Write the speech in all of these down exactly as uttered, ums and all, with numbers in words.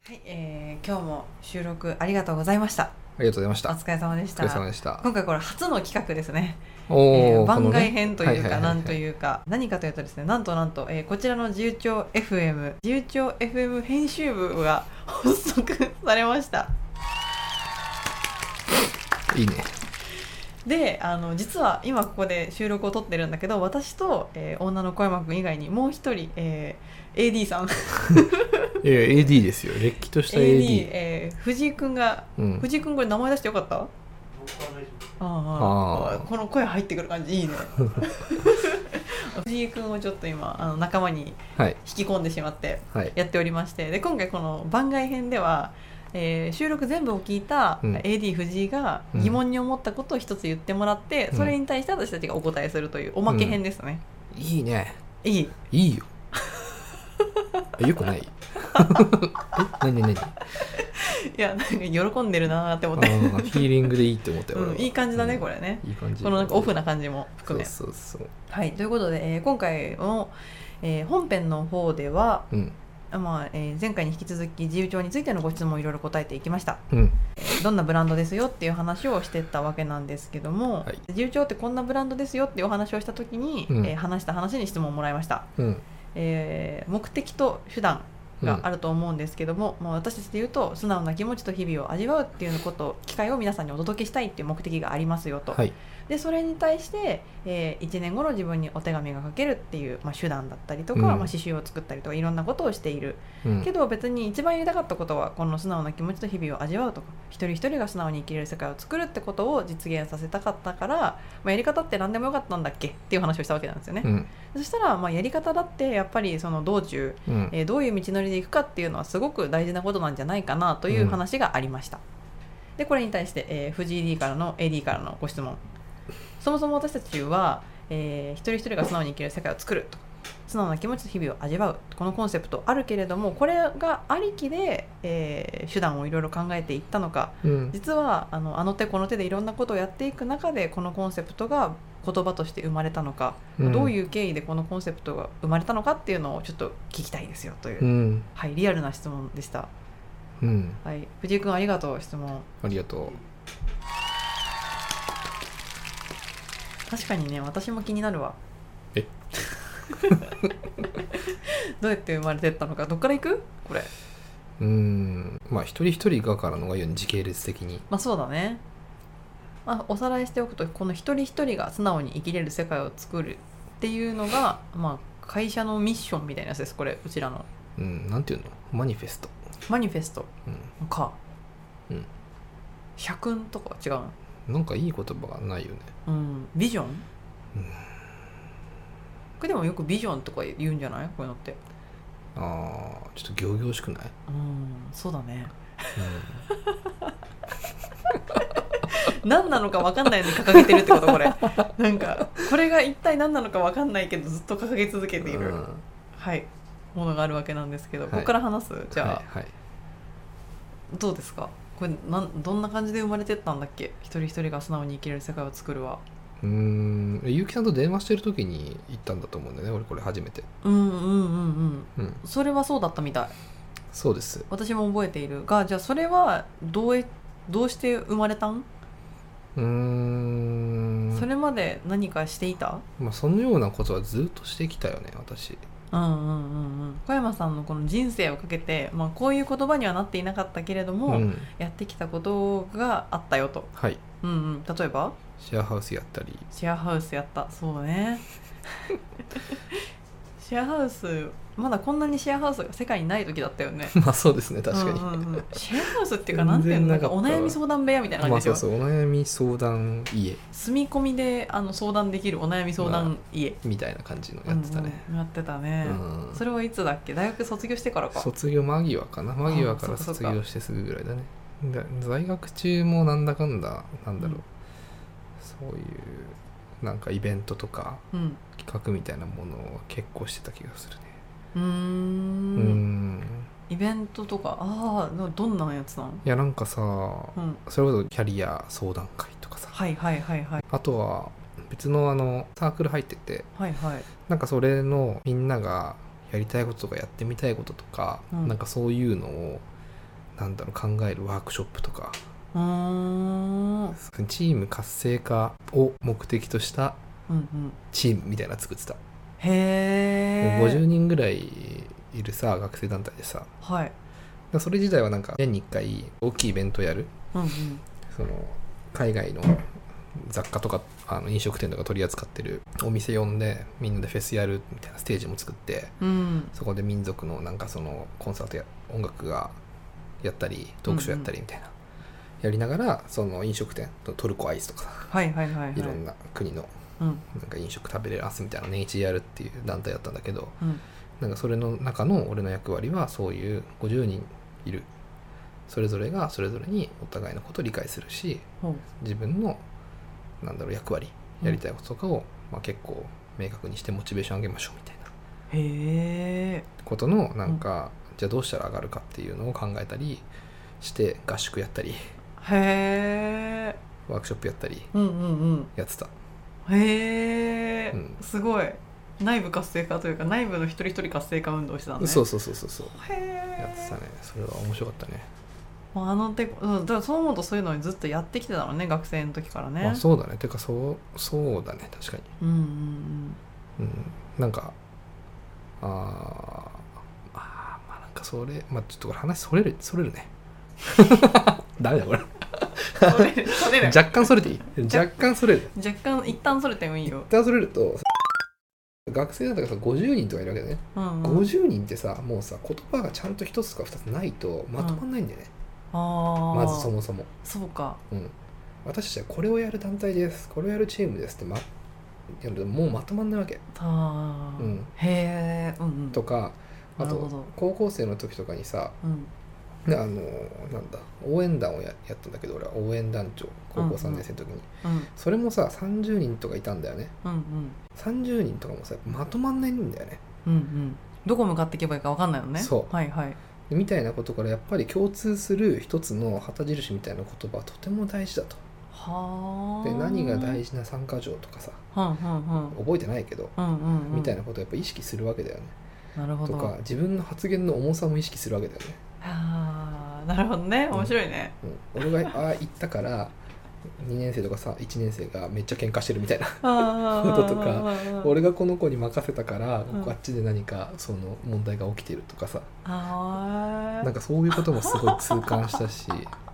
はい、えー、今日も収録ありがとうございました。 ありがとうございました。 お疲れ様でした。 お疲れ様でした。 今回これ初の企画ですね。 おえー、 ー、 番外編というか、 はいはいはいはい、 なんというか、何かというとですね、なんとなんと、えー、こちらの自由帳 エフエム 自由帳 エフエム 編集部が発足されました。 いいね。 で、あの実は今ここで収録を撮ってるんだけど、私と、えー、女の小山くん以外にもう一人、えー、エーディー さんいや エーディー ですよ。れっきとした エーディー。 エーディー、えー、藤井くんが、うん、藤井くんこれ名前出してよかった？ああ、この声入ってくる感じいいね藤井くんをちょっと今あの仲間に引き込んでしまってやっておりまして、はい、で今回この番外編では、えー、収録全部を聞いた エーディー 藤井が疑問に思ったことを一つ言ってもらって、うん、それに対して私たちがお答えするというおまけ編ですね、 うん、いいね。 いいいいよよくないえ何何何いやなんか喜んでるなって思ってフィーリングでいいって思ったよ、 うん、いい感じだね、うん、これね、いい感じ、このなんかオフな感じも含め、 そうそうそう、 はい、ということで、えー、今回の、えー、本編の方では、うんまあえー、前回に引き続き自由帳についてのご質問をいろいろ答えていきました、うんえー、どんなブランドですよっていう話をしてったわけなんですけども、はい、自由帳ってこんなブランドですよっていうお話をした時に、うんえー、話した話に質問をもらいました、うんえー、目的と手段があると思うんですけども、うんまあ、私たちで言うと素直な気持ちと日々を味わうっていうこと機会を皆さんにお届けしたいっていう目的がありますよと、はい、でそれに対して、えー、いちねんごの自分にお手紙が書けるっていう、まあ、手段だったりとか、うんまあ、刺繍を作ったりとかいろんなことをしている、うん、けど別に一番言いたかったことはこの素直な気持ちと日々を味わうとか一人一人が素直に生きれる世界を作るってことを実現させたかったから、まあ、やり方って何でもよかったんだっけっていう話をしたわけなんですよね、うん、そしたら、まあ、やり方だってやっぱりその道中、うんえー、どういう道のりでいくかっていうのはすごく大事なことなんじゃないかなという話がありました、うん、でこれに対して、えー、藤井 D からの エーディー からのご質問。そもそも私たちは、えー、一人一人が素直に生きる世界を作ると素直な気持ちと日々を味わうこのコンセプトあるけれどもこれがありきで、えー、手段をいろいろ考えていったのか、うん、実はあの、あの手この手でいろんなことをやっていく中でこのコンセプトが言葉として生まれたのか、うん、どういう経緯でこのコンセプトが生まれたのかっていうのをちょっと聞きたいですよという、うん、はい、リアルな質問でした、うんはい、藤井君ありがとう質問ありがとう。 確かにね私も気になるわえどうやって生まれてったのかどっから行くこれうーんまあ一人一人がからのがいいよね時系列的にまあそうだね、まあ、おさらいしておくとこの一人一人が素直に生きれる世界を作るっていうのが、まあ、会社のミッションみたいなやつですこれうちらのうんなんていうのマニフェストマニフェスト、うん、かうん社訓とかは違うのなんかいい言葉がないよね、 うん、ビジョン、うん、これでもよくビジョンとか言うんじゃないこういうのってああちょっと仰々しくないうんそうだね、うん、何なのか分かんないのに掲げてるってことこれなんかこれが一体何なのか分かんないけどずっと掲げ続けている、うん、はいものがあるわけなんですけど、はい、ここから話すじゃあ、はいはい、どうですかこれなんどんな感じで生まれてったんだっけ一人一人が素直に生きれる世界を作るはうーん結城さんと電話してる時に言ったんだと思うんだよね俺これ初めてうんうんうんうん、うん、それはそうだったみたいそうです私も覚えているがじゃあそれはどうえどうして生まれたんうーんそれまで何かしていたまあそのようなことはずっとしてきたよね私うんうんうんうん小山さんのこの人生をかけて、まあ、こういう言葉にはなっていなかったけれども、うん、やってきたことがあったよとはい、うんうん、例えばシェアハウスやったりシェアハウスやったそうねシェアハウスまだこんなにシェアハウスが世界にない時だったよねまあそうですね確かに、うんうんうん、 シェアハウスっていうかなんていうのなんかお悩み相談部屋みたいな感じですよ、 まあ、そうそうお悩み相談家住み込みであの相談できるお悩み相談家、まあ、みたいな感じのやってたね、 うんうん、やってたね、うん、それはいつだっけ大学卒業してからか卒業間際かな間際から卒業してすぐぐらいだね在学中もなんだかんだなんだろう、うん、そういうなんかイベントとか、うん、企画みたいなものを結構してた気がするねうーんうんイベントとかああどんなやつなのいやなんかさ、うん、それこそキャリア相談会とかさはいはいはいはいあとは別のあのサークル入ってて、 はいはい、 なんかそれのみんながやりたいこととかやってみたいこととか、うん、なんかそういうのをなんだろう考えるワークショップとか、 うーんチーム活性化を目的としたチームみたいなの作ってた、うんうん、 へえごじゅうにんぐらいいるさ学生団体でさ、 はい、 それ自体はなんか年にいっかい大きいイベントやる、 うんうん、 その海外の雑貨とかあの飲食店とか取り扱ってるお店呼んでみんなでフェスやるみたいなステージも作って、 うん、 そこで民族のなんかそのコンサートや音楽がやったりトークショーやったりみたいな、うんうん、やりながらその飲食店トルコアイスとかさ、 はいはいはいはい、 いろんな国のなんか飲食食べれますみたいな年一やるっていう団体だったんだけど、うん、なんかそれの中の俺の役割はそういうごじゅうにんいるそれぞれがそれぞれにお互いのことを理解するし、うん、自分のなんだろう役割やりたいこととかを、うんまあ、結構明確にしてモチベーション上げましょうみたいなへことのなんか、うん、じゃあどうしたら上がるかっていうのを考えたりして合宿やったりへワークショップやったりやってた、 うんうんうん、へえ、うん、すごい内部活性化というか内部の一人一人活性化運動してたね。 そうそうそうそうそうへやってたね。それは面白かったね。 あのて、うん、だからそう思うとそういうのにずっとやってきてたのね学生の時からね。 あそうだね。てかそうそうだね確かに。 うんうんうん。 うん、なんかああまあなんかそれまあちょっとこれ話それるそれるね。ダメだこれ。 それるそれる。 若干それていい。若干それる。 若干一旦それてもいいよ。 一旦それると。学生だったらさごじゅうにんとかいるわけだね、うんうん、ごじゅうにんってさもうさ言葉がちゃんと一つか二つないとまとまんないんだよね、 うん、あまずそもそもそうか、 うん、私たちはこれをやる団体ですこれをやるチームですって、ま、やるともうまとまんないわけあ、うん、へえ、うんうん、 とかあと高校生の時とかにさ、うんあのなんだ応援団を や, やったんだけど俺は応援団長高校さんねん生の時に、うんうん、それもささんじゅうにんとかいたんだよね、うんうん、さんじゅうにんとかもさまとまんないんだよね、 うんうん、どこ向かっていけばいいか分かんないのねそう、 はいはい、 みたいなことからやっぱり共通する一つの旗印みたいな言葉はとても大事だとはで何が大事な参加条とかさ、 はんはんはん覚えてないけど、うんうんうん、みたいなことをやっぱ意識するわけだよねなるほどとか自分の発言の重さも意識するわけだよねあなるほどね面白いね、 うんうん、俺がああ言ったからにねん生とかさいちねん生がめっちゃ喧嘩してるみたいなこととか俺がこの子に任せたから、うん、あっちで何かその問題が起きてるとかさあなんかそういうこともすごい痛感したし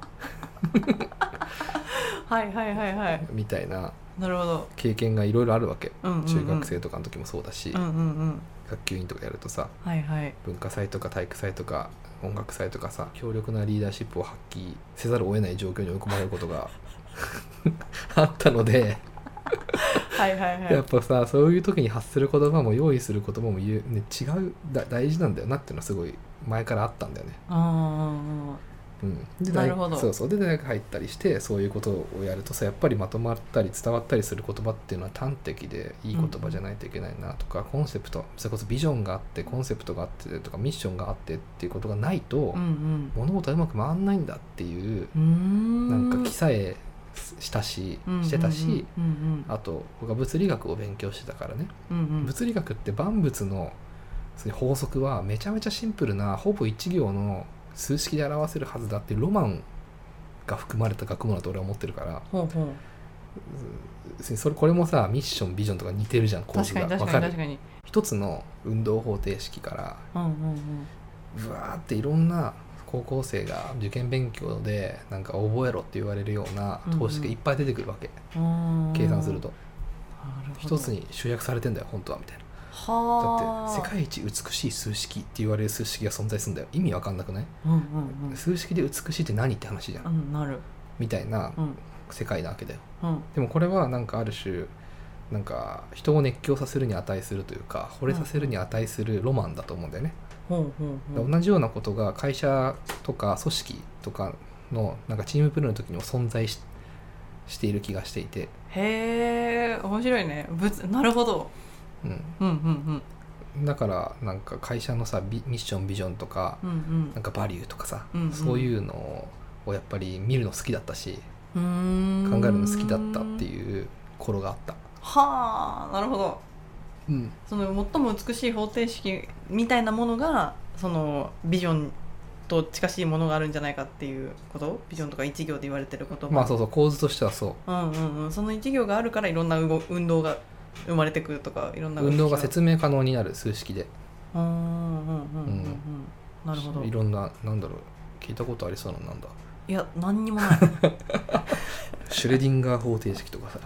はいはいはいはいみたいななるほど経験がいろいろあるわけ、 うんうんうん、 中学生とかの時もそうだし、 うんうんうん、 学級委員とかやるとさ、 はいはい、 文化祭とか体育祭とか音楽祭とかさ強力なリーダーシップを発揮せざるを得ない状況に追い込まれることがあったのではいはい、はい、 やっぱさそういう時に発する言葉も用意する言葉も言う、ね、違うだ大事なんだよなっていうのはすごい前からあったんだよね。 あうん、でなるほどそうそうで大学入ったりしてそういうことをやるとさやっぱりまとまったり伝わったりする言葉っていうのは端的でいい言葉じゃないといけないなとか、うん、コンセプトそれこそビジョンがあってコンセプトがあってとかミッションがあってっていうことがないと、うんうん、物事はうまく回んないんだっていうなんか記さえしたししてたし、うんうんうんうん、あと僕は物理学を勉強してたからね、うんうん、物理学って万物の法則はめちゃめちゃシンプルなほぼ一行の数式で表せるはずだってロマンが含まれた学問だと俺は思ってるからほうほうそれこれもさミッションビジョンとか似てるじゃん構図が分かる一つの運動方程式から、うんうんうん、ブワーっていろんな高校生が受験勉強でなんか覚えろって言われるような等式がいっぱい出てくるわけ、うんうん、計算すると一つに集約されてんだよ本当はみたいなはだって世界一美しい数式って言われる数式が存在するんだよ意味わかんなくない、うんうんうん、数式で美しいって何って話じゃん、うん、なるみたいな世界なわけだよ、うん、でもこれはなんかある種なんか人を熱狂させるに値するというか惚れさせるに値するロマンだと思うんだよね、うんうんうん、同じようなことが会社とか組織とかのなんかチームプレーの時にも存在 し, している気がしていてへー面白いねぶつなるほどうんうんうんうん、だからなんか会社のさミッションビジョンとか、うんうん、なんかバリューとかさ、うんうん、そういうのをやっぱり見るの好きだったしうーん考えるの好きだったっていう頃があったはあなるほど、うん、その最も美しい方程式みたいなものがそのビジョンと近しいものがあるんじゃないかっていうこと、ビジョンとか一行で言われてることまあそうそう、構図としてはそう、 うんうんうん、その一行があるからいろんな運動が生まれてくるとか、いろんな運動が説明可能になる数式で、 うんうんうんうんうん、なるほど。 いろんな、なんだろう、聞いたことありそうなのなんだ。 いや何にもないシュレディンガー方程式とかさ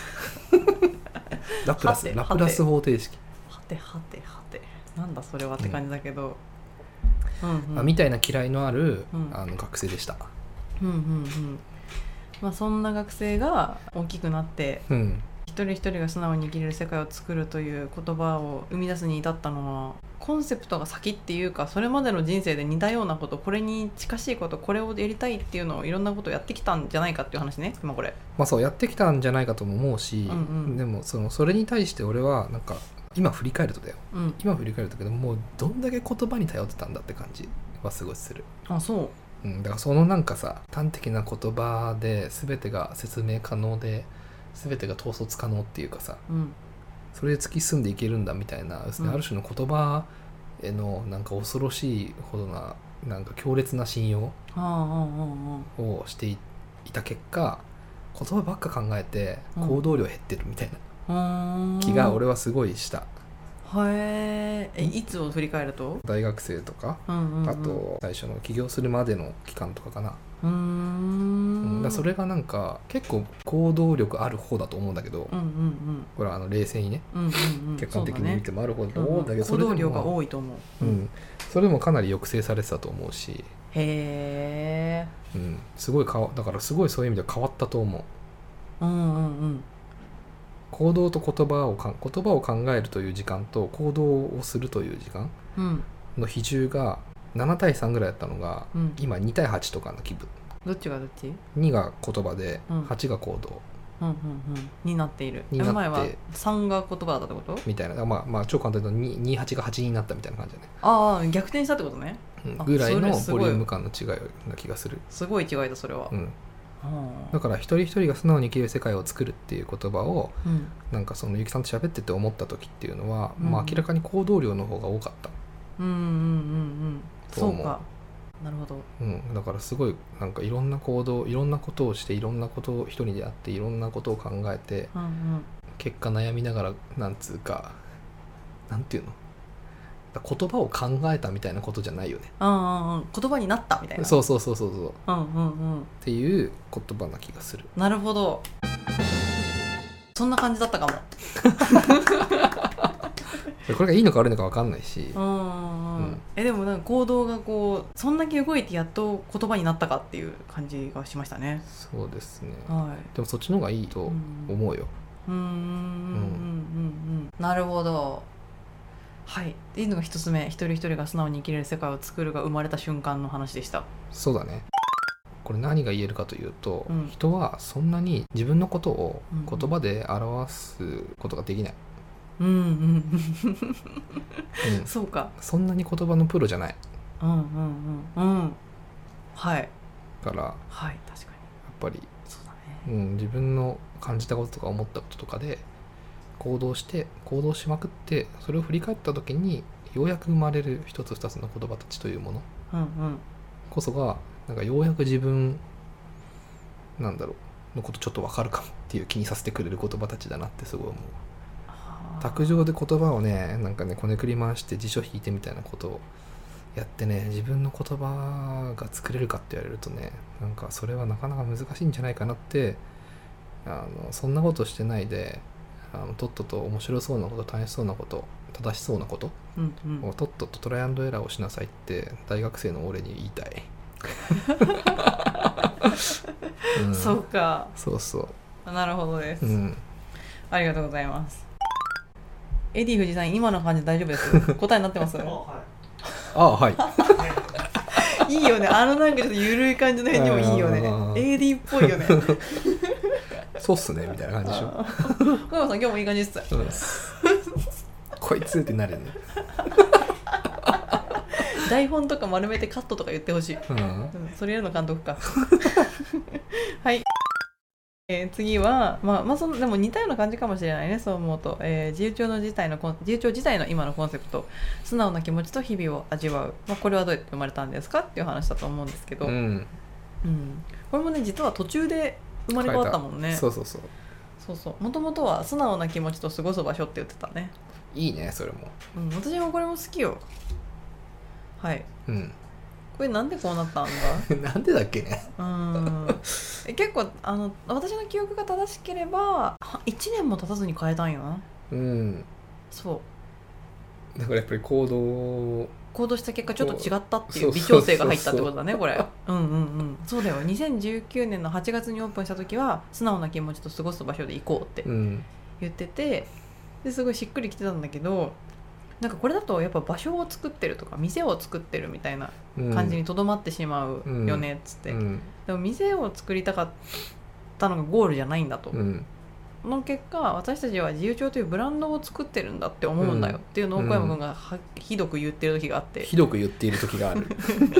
ラプラスラプラス方程式、 はてはてはてなんだそれはって感じだけど、 うんうんうん、みたいな嫌いのある、 うん、 あの学生でした。 うんうんうん。まあそんな学生が大きくなって、うん、一人一人が素直に生きれる世界を作るという言葉を生み出すに至ったのは、コンセプトが先っていうか、それまでの人生で似たようなこと、これに近しいこと、これをやりたいっていうのをいろんなことをやってきたんじゃないかっていう話ね、今これ。 まあそうやってきたんじゃないかとも思うし、うんうん、でもそのそれに対して俺はなんか今振り返るとだよ、うん、今振り返るとけど、もうどんだけ言葉に頼ってたんだって感じはすごいする。 あ、そう、 うん、だからそのなんかさ、端的な言葉で全てが説明可能で全てが統率可能っていうかさ、うん、それで突き進んでいけるんだみたいな、うん、ある種の言葉へのなんか恐ろしいほどな、なんか強烈な信用をしていた結果、言葉ばっか考えて行動量減ってるみたいな気が俺はすごいした。 へえ、いつを振り返ると大学生とか、うんうんうん、あと最初の起業するまでの期間とかかな。うーん、だそれがなんか結構行動力ある方だと思うんだけど、うんうんうん、これはあの冷静にね、うんうんうん、客観的に見てもある方だと思うんだけど、 それでも行動量が多いと思う、 うん、それでもかなり抑制されてたと思うし、 へえ、 うん、すごいかわだからすごいそういう意味では変わったと思う。うんうんうん、行動と言葉をか言葉を考えるという時間と行動をするという時間の比重がななたいさんぐらいだったのが、うん、今にたいはちとかの気分。 どっちがどっち？ にが言葉で、うん、はちが行動、 うんうんうん、になっている。になって前はさんが言葉だったってことみたいな、まあ、まあ超簡単に言うとに、はちがはちになったみたいな感じだね。 ああ、逆転したってことね、 うん、ぐらいのボリューム感の違いな気がする。 すごい違いだそれは、うん、 だから一人一人が素直に生きる世界を作るっていう言葉を、うん、なんかそのゆきさんと喋ってて思った時っていうのは、うん、まあ、明らかに行動量の方が多かった。うんうんうんうん、 そうか、なるほど、 うん、だからすごいなんかいろんな行動、いろんなことをしていろんなことを一人でやっていろんなことを考えて、うんうん、結果悩みながらなんつうかなんていうの、言葉を考えたみたいなことじゃないよね。 うんうんうん、言葉になったみたいな。 そうそうそうそうそう、 うんうんうん、 っていう言葉な気がする。 なるほど、そんな感じだったかもこれがいいのか悪いのか分かんないし、うんうんうん、えでもなんか行動がこうそんだけ動いてやっと言葉になったかっていう感じがしましたね。 そうですね、 はい、 でもそっちの方がいいと思うよ。 うんうんうんうんうん、なるほど。はい、っていうのが一つ目、一人一人が素直に生きれる世界を作るが生まれた瞬間の話でした。 そうだね。これ何が言えるかというと、うん、人はそんなに自分のことを言葉で表すことができない。うんうんうん、 そうか。 そんなに言葉のプロじゃない。 うんうんうんうん。はい。 から、 はい、確かに。やっぱり、 そうだね。 うん、自分の感じたこととか思ったこととかで行動して行動しまくって、それを振り返った時にようやく生まれる一つ二つの言葉たちというもの、うんうん、こそがなんかようやく自分なんだろうのことちょっと分かるかもっていう気にさせてくれる言葉たちだなってすごい思う。卓上で言葉をね、なんかねこねくり回して辞書引いてみたいなことをやってね、自分の言葉が作れるかって言われるとね、なんかそれはなかなか難しいんじゃないかなって、あのそんなことしてないで、あのとっとと面白そうなこと、楽しそうなこと、正しそうなこと、うんうん、をとっととトライアンドエラーをしなさいって大学生の俺に言いたい、 うん、そうか。 そうそう、 なるほどです、うん、ありがとうございます。エディ藤井さん、今の感じ大丈夫です答えになってます？あ、はいああ、はいいいよね、あのなんかちょっと緩い感じの辺にもいいよね。 エーディー っぽいよねそうっすねみたいな感じでしょ。 小山さん今日もいい感じです、うん、 こいつってなるね台本とか丸めてカットとか言ってほしい、うんうん、それやるの監督かはい、 えー、次は、まあまあ、そのでも似たような感じかもしれないね、そう思うと、えー、自由帳の自体の自由帳自体の今のコンセプト、素直な気持ちと日々を味わう、まあ、これはどうやって生まれたんですかっていう話だと思うんですけど、うんうん、これもね実は途中で生まれ変わったもんね。 そうそうそうそうそうもともとは素直な気持ちと過ごす場所って言ってたね。 いいねそれも、 うん、私もこれも好きよ。はい、うん、これなんでこうなったんだなんでだっけねうんえ結構あの私の記憶が正しければいちねんも経たずに変えたんよな。うんそうだからやっぱり行動行動した結果ちょっと違ったっていう微調整が入ったってことだねこれ。うんうんうんそうだよ。にせんじゅうきゅうねんのはちがつにオープンした時は素直な気持ちと過ごす場所で行こうって言ってて、ですごいしっくりきてたんだけど、なんかこれだとやっぱ場所を作ってるとか店を作ってるみたいな感じにとどまってしまうよねっつって、うんうん、でも店を作りたかったのがゴールじゃないんだと、うん、の結果私たちは自由帳というブランドを作ってるんだって思うんだよっていうのを小山君がはひどく言ってる時があって、 ひどく言っている時がある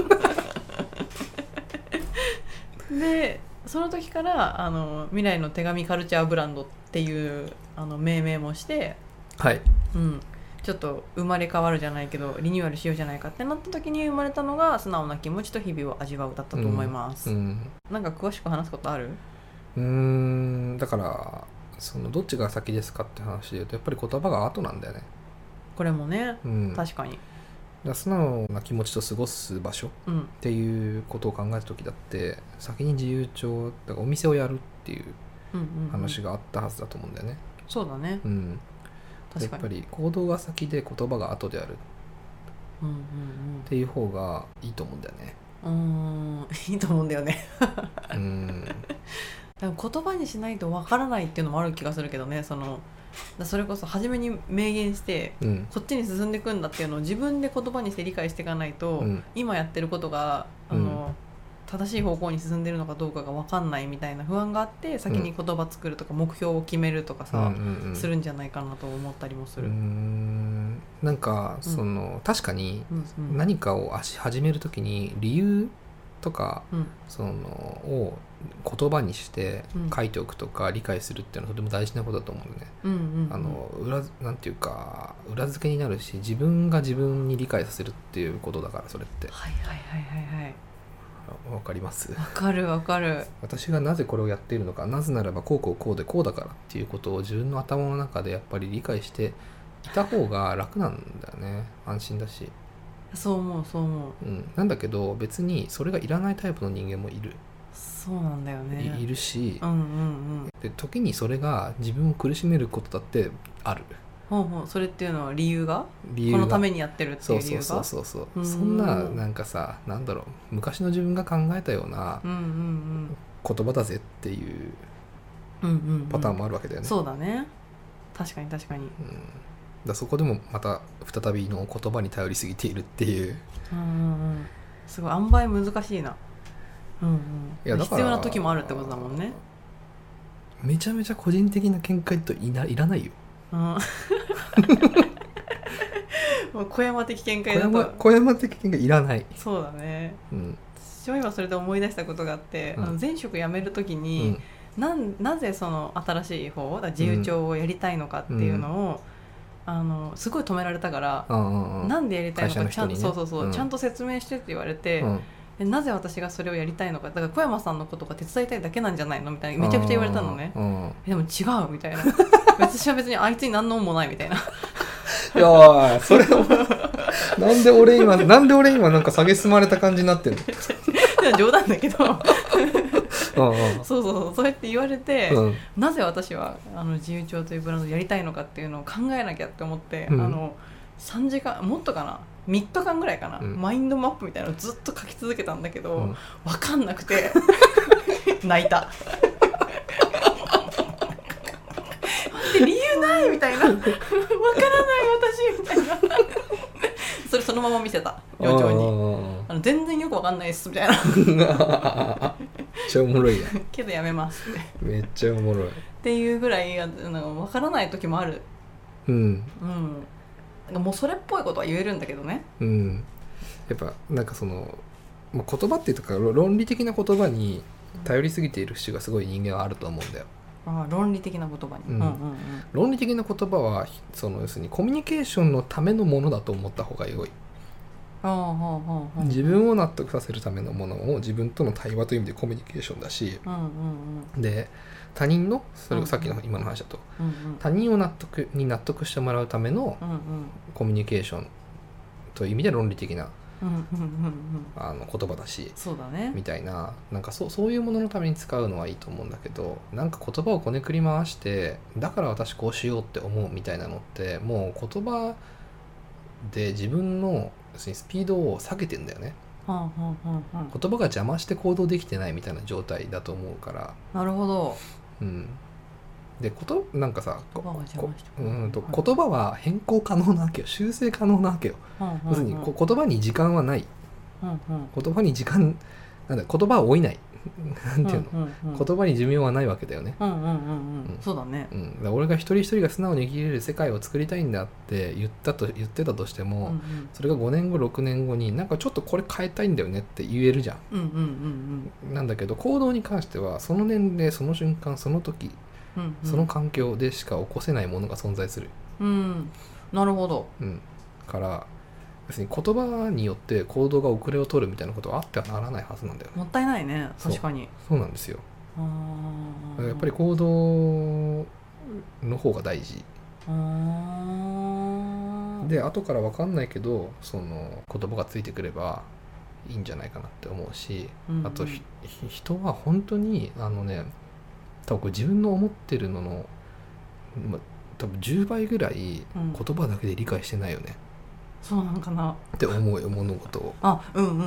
でその時からあの未来の手紙カルチャーブランドっていうあの命名もして、 はい、 うん、ちょっと生まれ変わるじゃないけどリニューアルしようじゃないかってなった時に生まれたのが素直な気持ちと日々を味わうだったと思います、うんうん、なんか詳しく話すことある？ うーんだからそのどっちが先ですかって話で言うとやっぱり言葉が後なんだよねこれもね、うん、確かにだ素直な気持ちと過ごす場所っていうことを考えた時だって先に自由帳だからお店をやるっていう話があったはずだと思うんだよね、 うんうんうん、そうだね、 うん、やっぱり行動が先で言葉が後であるっていう方がいいと思うんだよね。 うーんいいと思うんだよねうんでも言葉にしないとわからないっていうのもある気がするけどね。そのそれこそ初めに明言して、うん、こっちに進んでいくんだっていうのを自分で言葉にして理解していかないと、うん、今やってることがあの、うん正しい方向に進んでるのかどうかが分かんないみたいな不安があって先に言葉作るとか目標を決めるとかさ、うんうんうん、するんじゃないかなと思ったりもする。うーんなんかその、うん、確かに何かを始めるときに理由とか、うん、そのを言葉にして書いておくとか理解するっていうのはとても大事なことだと思うのね、うんうんうん、あの裏なんていうか裏付けになるし自分が自分に理解させるっていうことだからそれってはいはいはいはいはいわかります。 わかるわかる。 私がなぜこれをやっているのか、なぜならばこうこうこうでこうだからっていうことを自分の頭の中でやっぱり理解していた方が楽なんだよね。安心だし。 そう思うそう思う、 うん、なんだけど別にそれがいらないタイプの人間もいる。 そうなんだよね。 い, いるし、 うんうんうん、 で時にそれが自分を苦しめることだってある。 ほうほうそれっていうのは理由が理由がこのためにやってるっていう理由がそうそうそうそうそんななんかさなんだろう昔の自分が考えたような言葉だぜっていうパターンもあるわけだよね、 うんうんうん、そうだね確かに確かに、うん、 だそこでもまた再びの言葉に頼りすぎているっていう、 うんうん、すごい塩梅難しいな、うんうん、いやだから必要な時もあるってことだもんね。 めちゃめちゃ個人的な見解と い, ないらないようん、 もう小山的見解だと小山的見解いらない。 そうだね、うん、私も今それで思い出したことがあって、うん、あの前職辞めるときに、うん、な, なぜその新しい方自由帳をやりたいのかっていうのを、うん、あのすごい止められたから、うんうん、なんでやりたいのかちゃんと、ね、そうそうそう、うん、ちゃんと説明してって言われて、うんなぜ私がそれをやりたいのかだから小山さんのことが手伝いたいだけなんじゃないのみたいなめちゃくちゃ言われたのね、うん、でも違うみたいな私は別にあいつに何の恩もないみたいないやそれをなんで俺今なんで俺今なんか蔑まれた感じになってんの冗談だけどそうそうそうそうやって言われて、うん、なぜ私はあの自由帳というブランドをやりたいのかっていうのを考えなきゃって思って、うん、あのさんじかんもっとかなみっかかんぐらいかな、うん、マインドマップみたいなのをずっと書き続けたんだけど、うん、分かんなくて泣いたで理由ないみたいな分からない私みたいなそれそのまま見せた寮長にあの全然よく分かんないですみたいなめっちゃおもろいやけどやめますってめっちゃおもろいっていうぐらいなんか分からない時もある。うん、うんもうそれっぽいことは言えるんだけどね、 うん、やっぱなんかその言葉っていうか論理的な言葉に頼りすぎている節がすごい人間はあると思うんだよ。 あ論理的な言葉に、うんうんうん、 論理的な言葉はその要するにコミュニケーションのためのものだと思った方が良い。自分を納得させるためのものを自分との対話という意味でコミュニケーションだし、うんうんうん、で他人のそれがさっきの今の話だと、うんうん、他人を納得に納得してもらうためのコミュニケーションという意味で論理的な、うんうんうんうん、あの言葉だし、 そうだね、 みたいな、なんか そ, そういうもののために使うのはいいと思うんだけど、なんか言葉をこねくり回してだから私こうしようって思うみたいなのってもう言葉で自分のスピードを下げてんだよね、はんはんはんはん、言葉が邪魔して行動できてないみたいな状態だと思うから。 なるほど、 うん、でことなんかさ言葉が邪魔してこうんと、はい、言葉は変更可能なわけよ、修正可能なわけよ、はんはんはん、要するにこ言葉に時間はない、はんはん、言葉に時間なんだ言葉は追いないなんていうの、うんうんうん、言葉に寿命はないわけだよね、うんうんうんうんうん、そうだね、うん、だから俺が一人一人が素直に生きれる世界を作りたいんだって言ったと言ってたとしても、うんうん、それがごねんごろくねんごになんかちょっとこれ変えたいんだよねって言えるじゃん、うんうんうんうん、なんだけど行動に関してはその年齢その瞬間その時、うんうん、その環境でしか起こせないものが存在する、 うん、なるほど、 うん、から別に言葉によって行動が遅れを取るみたいなことはあってはならないはずなんだよね。 もったいないね、確かに。 そう、そうなんですよ。あやっぱり行動の方が大事。あで後から分かんないけどその言葉がついてくればいいんじゃないかなって思うし、うんうん、あと人は本当にあのね多分自分の思ってるのの、ま、多分じゅうばいぐらい言葉だけで理解してないよね、うんそうなんかなって思うよ物事を。 あ、うんうんうんうん。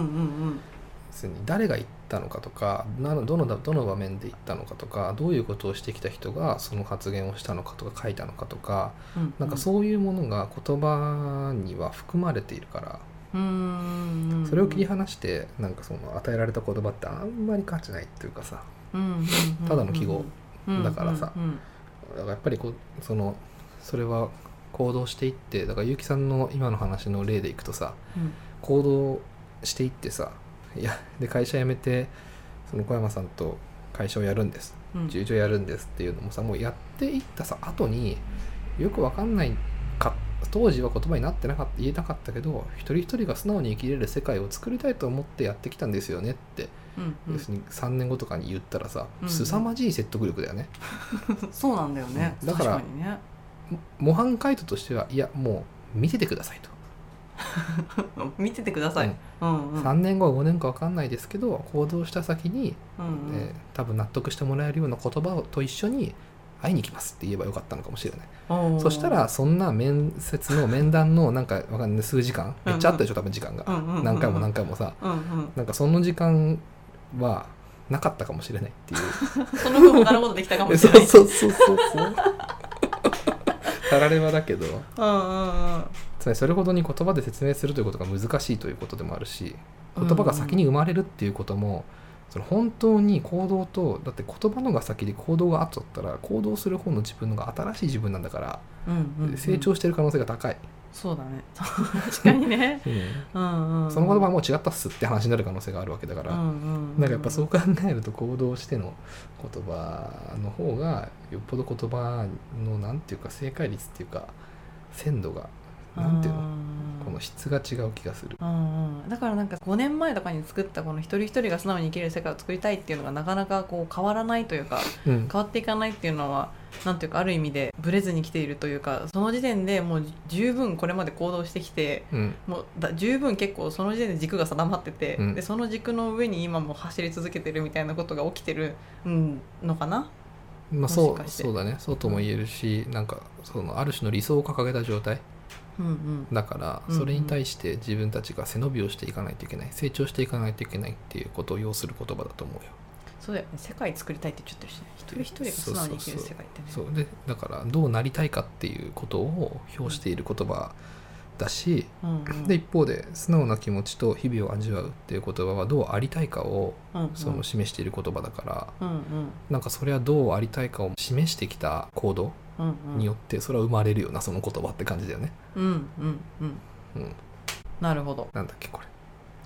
別に誰が言ったのかとか、どのどの場面で言ったのかとか、どういうことをしてきた人がその発言をしたのかとか書いたのかとか、うんうん、なんかそういうものが言葉には含まれているから、うーんそれを切り離してなんかその与えられた言葉ってあんまり価値ないっていうかさ、うんうんうんうん、ただの記号だからさ、うんうんうん、だからやっぱりこうそのそれは行動していってだから結城さんの今の話の例でいくとさ、うん、行動していってさいやで会社辞めてその小山さんと会社をやるんです、うん、事務所やるんですっていうのもさもうやっていったさ後によくわかんないか当時は言葉になってなかった言えなかったけど一人一人が素直に生きれる世界を作りたいと思ってやってきたんですよねって、うんうん、要するにさんねんごとかに言ったらさ、うんうん、凄まじい説得力だよねそうなんだよね、 うん、だから確かにね模範解答としてはいやもう見ててくださいと見ててください、 うんうん、さんねんごごねんか分かんないですけど行動した先に、うんうんえー、多分納得してもらえるような言葉と一緒に会いに行きますって言えばよかったのかもしれないそしたらそんな面接の面談のなんか分かんない数時間めっちゃあったでしょ多分時間が、うんうん、何回も何回もさ、うんうん、なんかその時間はなかったかもしれないっていうその分他のことできたかもしれないそうそうそうそうたらればだけど、うんうんうん、つまりそれほどに言葉で説明するということが難しいということでもあるし言葉が先に生まれるっていうことも、うんうん、その本当に行動とだって言葉のが先で行動が後だったら行動する方の自分のが新しい自分なんだから、うんうんうん、成長してる可能性が高いそうだね確かにね、 うんうんうん、その言葉はもう違ったっすって話になる可能性があるわけだから、うんうんうん、なんかやっぱそう考えると行動しての言葉の方がよっぽど言葉のなんていうか正解率っていうか鮮度がなんていうのこの質が違う気がする、 うんうん、だからなんかごねんまえとかに作ったこの一人一人が素直に生きれる世界を作りたいっていうのがなかなかこう変わらないというか、うん、変わっていかないっていうのはなんていうかある意味でブレずに来ているというかその時点でもう十分これまで行動してきて、うん、もうだ十分結構その時点で軸が定まってて、うん、でその軸の上に今も走り続けてるみたいなことが起きてる、うん、のかな。 まあ、そうそうだねそうとも言えるし、うん、なんかそのある種の理想を掲げた状態うんうん、だからそれに対して自分たちが背伸びをしていかないといけない成長していかないといけないっていうことを要する言葉だと思うよそうだよね世界作りたいって言っちゃってるし、ね、一人一人が素直に生きる世界ってねそうそうそうそうでだからどうなりたいかっていうことを表している言葉だし、うんうん、で一方で素直な気持ちと日々を味わうっていう言葉はどうありたいかをその示している言葉だから、うんうん、なんかそれはどうありたいかを示してきた行動によってそれは生まれるよなその言葉って感じだよね。 うんうんうん。うん、なるほど。 なんだっけこれ。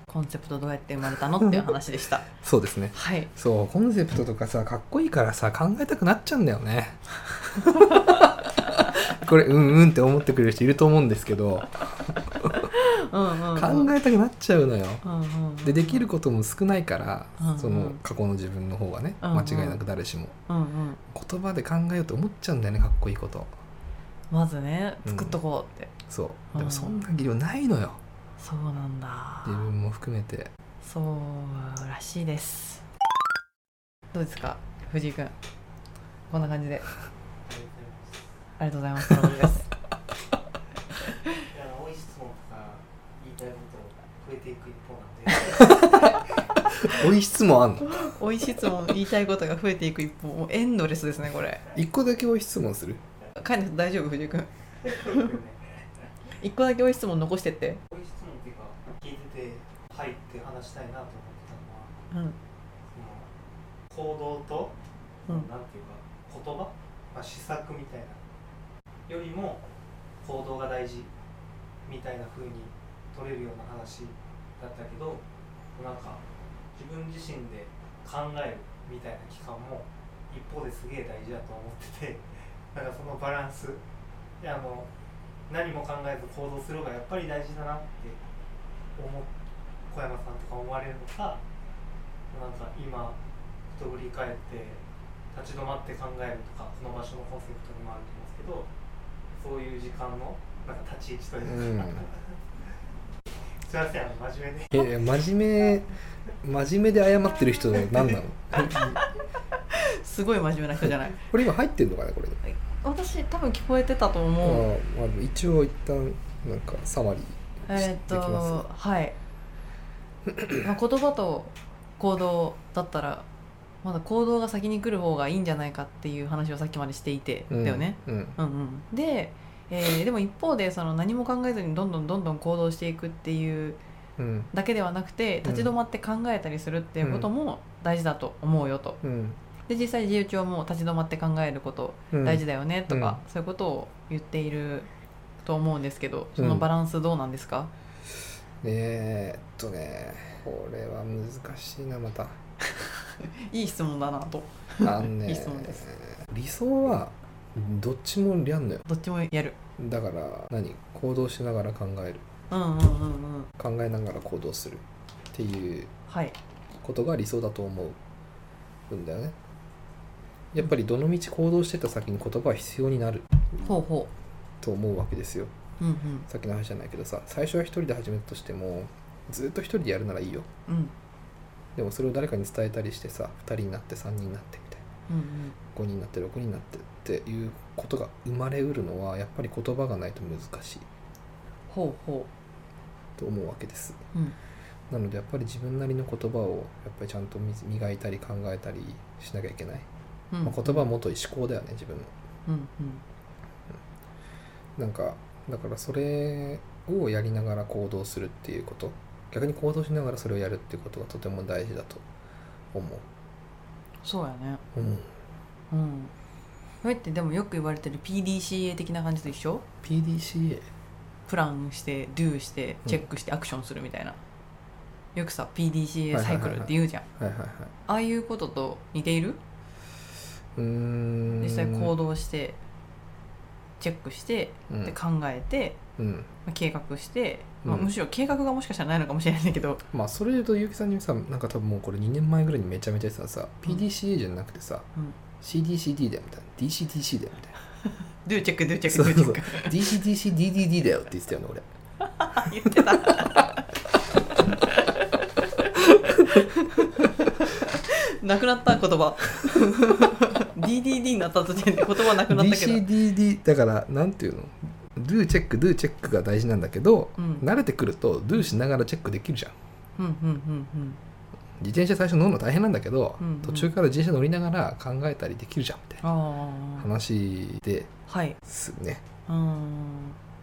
コンセプトどうやって生まれたのっていう話でしたそうですね、 はい、 そうコンセプトとかさかっこいいからさ考えたくなっちゃうんだよねこれうんうんって思ってくれる人いると思うんですけどうんうん、うん、考えたくなっちゃうのよ、うんうんうん、でできることも少ないから、うんうん、その過去の自分の方がね、うんうん、間違いなく誰しも、うんうん、言葉で考えようと思っちゃうんだよね、かっこいいことまずね作っとこうって、 うん、そうでもそんな技量ないのよ、 そうなんだ、 自分も含めてそうらしいです。どうですか藤井くん、こんな感じでありがとうございます。ありがとうございます。 多い質問とか言いたいこと増えていく一方なんで多い質問あんの多い質問言いたいことが増えていく一方、もうエンドレスですねこれ。 一個だけ多い質問する？ かいな大丈夫藤井くん一個だけ多い質問残してって。 多い質問っていうか聞いててはいって話したいなと思ってたのは、うん、その行動と、うん、なんていうか言葉、まあ、施策みたいなよりも行動が大事みたいな風に取れるような話だったけど、なんか自分自身で考えるみたいな期間も一方ですげえ大事だと思ってて、だからそのバランス、いやあの何も考えず行動するのがやっぱり大事だなって思う小山さんとか思われるのか、なんか今ふと振り返って立ち止まって考えるとか、この場所のコンセプトにもあると思うんですけど、そういう時間のなんか立ち位置というか、うん、すいません、真面目で。 いや真面目真面目で謝ってる人何なのすごい真面目な人じゃない。 これ今入ってんのかなこれ。 私多分聞こえてたと思う。 あ、まあ、一応一旦なんかサマリーしてきます。えー、っとはい。まあ言葉と行動だったらまだ行動が先に来る方がいいんじゃないかっていう話をさっきまでしていて、うん、だよね、うんうんうん、で、えー、でも一方でその何も考えずにどんどんどんどん行動していくっていうだけではなくて、立ち止まって考えたりするっていうことも大事だと思うよと、うん、で実際自由帳も立ち止まって考えること大事だよねとか、うん、そういうことを言っていると思うんですけど、そのバランスどうなんですか？ うん、えー、っとねこれは難しいなまたいい質問だなとあん、ね、 いい質問です。 理想はどっちもやんのよ。 どっちもやる。だから何行動しながら考える、 うんうんうんうん、 考えながら行動するっていうことが理想だと思うんだよね。やっぱりどの道行動してた先に言葉は必要になるほうほうと思うわけですよ、うんうん、さっきの話じゃないけどさ、最初は一人で始めたとしてもずっと一人でやるならいいよ、うん、でもそれを誰かに伝えたりしてさ、ふたりになってさんにんになってみたいな、うんうん、ごにんになってろくにんになってっていうことが生まれうるのはやっぱり言葉がないと難しいほうほうと思うわけです、 うん、 なのでやっぱり自分なりの言葉をやっぱりちゃんと磨いたり考えたりしなきゃいけない、うんうん、まあ、言葉はもとい思考だよね自分の、うんうんうん、なんかだからそれをやりながら行動するっていうこと、逆に行動しながらそれをやるっていうことがとても大事だと思う。 そうやね、 うんうん、それってでもよく言われてる ピーディーシーエー 的な感じと一緒？ ピーディーシーエー？ プランして do してチェックしてアクションするみたいな、うん、よくさ ピーディーシーエー サイクルって言うじゃん、 はいはいはい、 ああいうことと似ている？ うーん、 実際行動してチェックして、うん、で考えて、うん、計画して、まあ、むしろ計画がもしかしたらないのかもしれないんだけど、 まあそれで言うと結城さんにさ、なんか多分もうこれにねんまえぐらいにめちゃめちゃ言ってたさ、うん、ピーディーシーエー じゃなくてさ、うん、シーディーシーディー だよみたいな、 ディーシーディーシー だよみたいなドゥチェックドゥチェックドゥチェックディーシーディーシーディーディーディー だよって言ってたよね俺言ってたなくなった言葉ディーディーディー になった時点で言葉なくなったけど ディーシーディーディーだからなんていうの、do チェック do チェックが大事なんだけど、うん、慣れてくると do しながらチェックできるじゃん、 うんうんうんうん、 自転車最初乗るの大変なんだけど、うんうん、途中から自転車乗りながら考えたりできるじゃんみたいな話ではいすね。 うん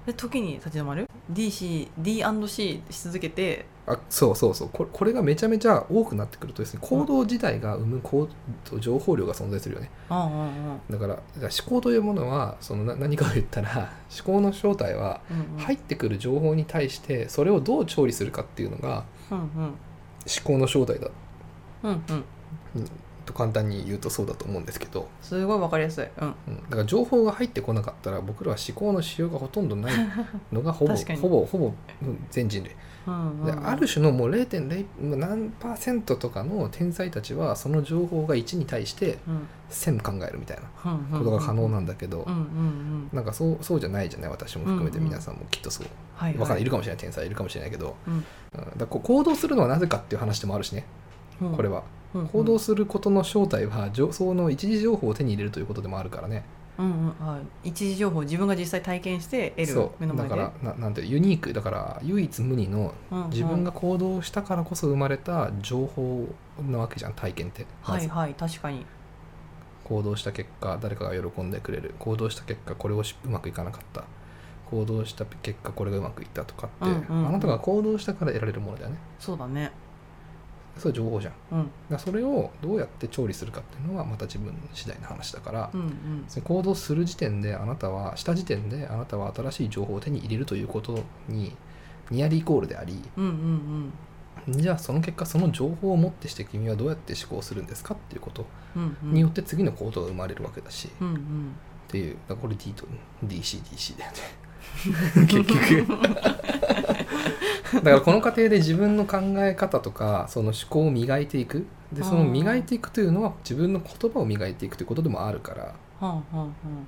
で時に立ち止まる ディーシー、ディーアンドシー し続けて、 あそうそうそうこれ、これがめちゃめちゃ多くなってくるとですね、行動自体が生む行動情報量が存在するよね。 うんうんうん、 だから、だから思考というものはそのな何かを言ったら思考の正体は入ってくる情報に対してそれをどう調理するかっていうのが思考の正体だ、 うんうんうん、と簡単に言うとそうだと思うんですけど、 すごいわかりやすい、うん、 うん、だから情報が入ってこなかったら僕らは思考のしようがほとんどないのがほぼほぼほぼ全人類、うんうんうん、である種のもう れいてんれい 何パーセントとかの天才たちはその情報がいちに対してせん考えるみたいなことが可能なんだけど、なんかそうそうじゃないじゃない、私も含めて皆さんもきっとそう、うんうん、分かんない、いるかもしれない、天才いるかもしれないけど、うん、だから行動するのはなぜかっていう話でもあるしね、うん、これは行動することの正体はその一時情報を手に入れるということでもあるからね、 うんうんはい、一時情報を自分が実際体験して得る、 そうだからななんてユニークだから唯一無二の自分が行動したからこそ生まれた情報なわけじゃん、体験って、 ま、はいはい確かに行動した結果誰かが喜んでくれる、行動した結果これをうまくいかなかった、行動した結果これがうまくいったとかって、うんうんうん、あなたが行動したから得られるものだよね。 そうだね、 それ情報じゃん、 うん、 だそれをどうやって調理するかっていうのはまた自分次第の話だから、 うんうん、 行動する時点であなたはした時点であなたは新しい情報を手に入れるということにニアリーイコールであり、 うんうんうん、じゃあその結果その情報をもってして君はどうやって思考するんですかっていうことによって次の行動が生まれるわけだし、 うんうん、 っていうだからこれ D と ディーシーディーシー だよね結局だからこの過程で自分の考え方とかその思考を磨いていく、でその磨いていくというのは自分の言葉を磨いていくということでもあるから、 はあはあはあ、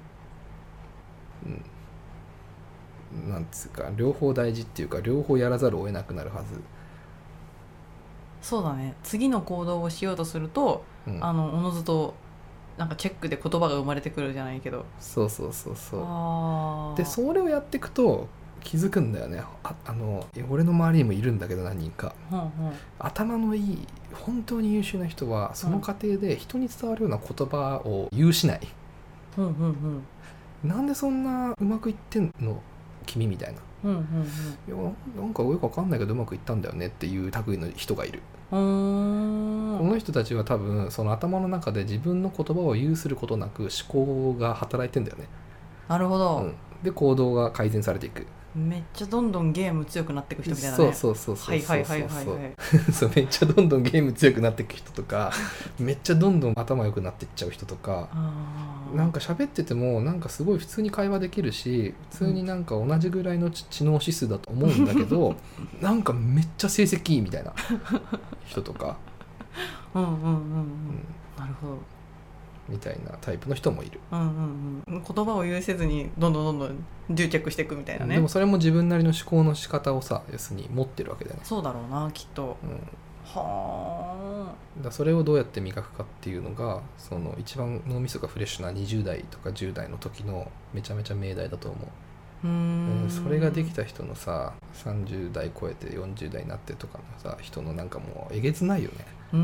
うん、なんつうか両方大事っていうか両方やらざるを得なくなるはず。 そうだね、次の行動をしようとすると、うん、あのおのずとなんかチェックで言葉が生まれてくるじゃないけど、 そうそうそうそうでそれをやっていくと気づくんだよね。 あ, あの俺の周りにもいるんだけど何人か、 うんうん、頭のいい本当に優秀な人はその過程で人に伝わるような言葉を言うしない、 うんうんうん、 なんでそんなうまくいってんの君みたいな、 うんうんうん、 いやなんかよくわかんないけどうまくいったんだよねっていう類の人がいる。 うーん、 この人たちは多分その頭の中で自分の言葉を有することなく思考が働いてんだよね。 なるほど、 うん、で行動が改善されていく。 めっちゃどんどんゲーム強くなっていく人みたいなね。 そうそうそうそうそうはいはいはいはいはいそうめっちゃどんどんゲーム強くなっていく人とかめっちゃどんどん頭良くなっていっちゃう人とか、なんか喋っててもなんかすごい普通に会話できるし普通になんか同じぐらいの知能指数だと思うんだけどなんかめっちゃ成績いいみたいな人とかうんうんうん、うん、なるほどみたいなタイプの人もいる、 うんうんうん、言葉を有せずにどんどんどんどん充着していくみたいなね。 でもそれも自分なりの思考の仕方をさ要するに持ってるわけだよね。 そうだろうなきっと、 うん、 はあだそれをどうやって磨くかっていうのがその一番脳みそがフレッシュなにじゅう代とかじゅう代の時のめちゃめちゃ命題だと思う。 うーんそれができた人のささんじゅう代超えてよんじゅう代になってとかのさ人のなんかもうえげつないよね、 うんうん、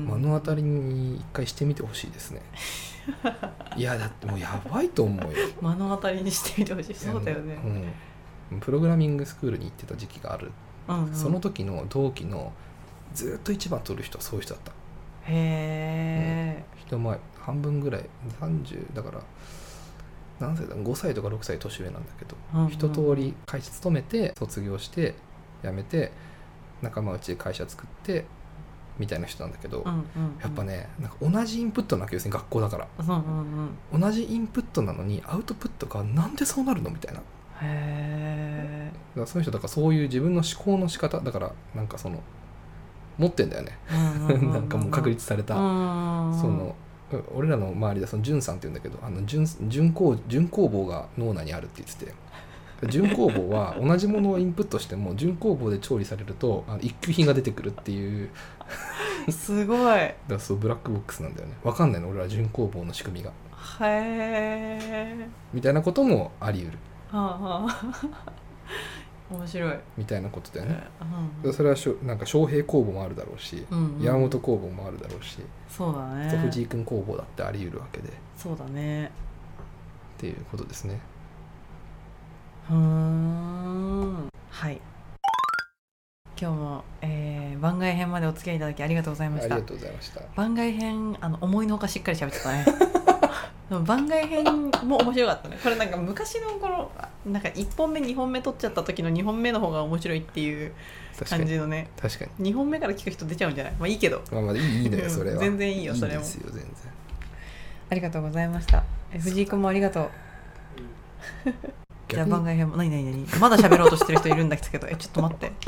目の当たりに一回してみてほしいですねいやだってもうやばいと思うよ目の当たりにしてみてほしい。そうだよね、 うん、プログラミングスクールに行ってた時期がある、 うんうん、 その時の同期のずっと一番取る人はそういう人だった。 へー、 うん、人前半分ぐらいさんじゅうだから何歳だごさいとかろくさい年上なんだけど、うんうん、一通り会社勤めて卒業して辞めて仲間内で会社作ってみたいな人なんだけど、 うんうんうん、 やっぱねなんか同じインプットなわけですね学校だから、 うんうんうん、 同じインプットなのにアウトプットがなんでそうなるのみたいな。 へー、 だからそういう人だからそういう自分の思考の仕方だからなんかその持ってんだよね、うんうんうんうん、なんかもう確立された、うんうん、その俺らの周りでその純さんって言うんだけどあの純純工純工房が脳内にあるって言ってて純工房は同じものをインプットしても純工房で調理されるとあの一級品が出てくるっていうすごいだからそうブラックボックスなんだよね。分かんないの俺は純工房の仕組みがへーみたいなこともあり得る、 はあはあ面白いみたいなことだよね、 うん、 それはしょなんか昌平工房もあるだろうし、うんうん、山本工房もあるだろうしそうだね藤井君工房だってあり得るわけでそうだねっていうことですね。 ふーん、はい。今日も、えー、番外編までお付き合いいただきありがとうございました。 ありがとうございました。 番外編あの思いのほかしっかり喋ってたね番外編も面白かったね。これなんか昔の頃なんかいっぽんめにほんめ撮っちゃった時のにほんめの方が面白いっていう感じのね。 確かににほんめから聞く人出ちゃうんじゃない？まあいいけど、 まあまあいいのよそれは全然いいよそれも。 いいですよ全然。 ありがとうございました。え藤井君もありがとうじゃあ番外編も何何何まだ喋ろうとしてる人いるんだけどえちょっと待って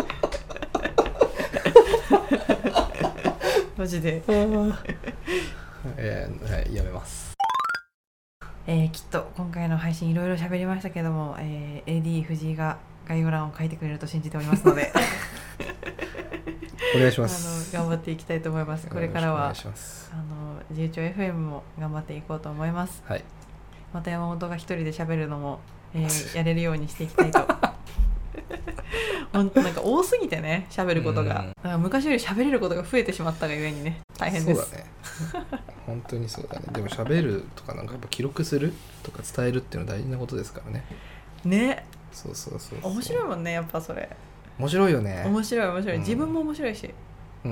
マジでえー、はい、やめます。 えー、きっと今回の配信いろいろ喋りましたけども、えー、エーディー 藤井が概要欄を書いてくれると信じておりますのでお願いします。 あの頑張っていきたいと思います。これからはあの自由帳 エフエム も頑張っていこうと思います、 はい、 また山本が一人で喋るのも、えー、やれるようにしていきたいとほんとなんか多すぎてね喋ることが、だから昔より喋れることが増えてしまったがゆえにね大変です。 そうだね本当にそうだね。でも喋るとかなんかやっぱ記録するとか伝えるっていうのは大事なことですからね。 ね、 そうそうそうそう、 面白いもんねやっぱそれ。 面白いよね。 面白い面白い、うん、自分も面白いし、 うん、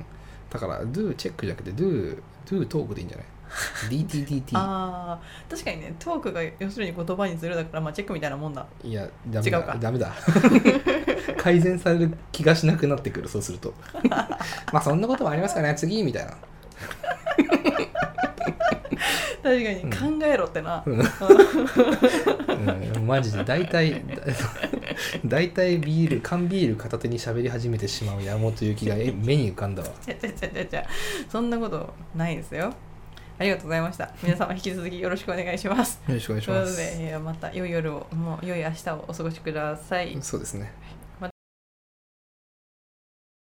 だから do チェックじゃなくて do do トークでいいんじゃないディーティーティーティーああ確かにね、トークが要するに言葉にするだから、まあ、チェックみたいなもんだ。 いやダメだ違うかダメだ改善される気がしなくなってくる。そうするとまあそんなこともありますかね次みたいな確かに考えろってな、うんうん、マジで大体大体ビール缶ビール片手に喋り始めてしまう山本ゆきが目に浮かんだわ。 ちゃちゃちゃちゃちゃそんなことないですよ。ありがとうございました。皆様引き続きよろしくお願いします。 よろしくお願いします。 ということでまた良い夜をもう良い明日をお過ごしください。 そうですね。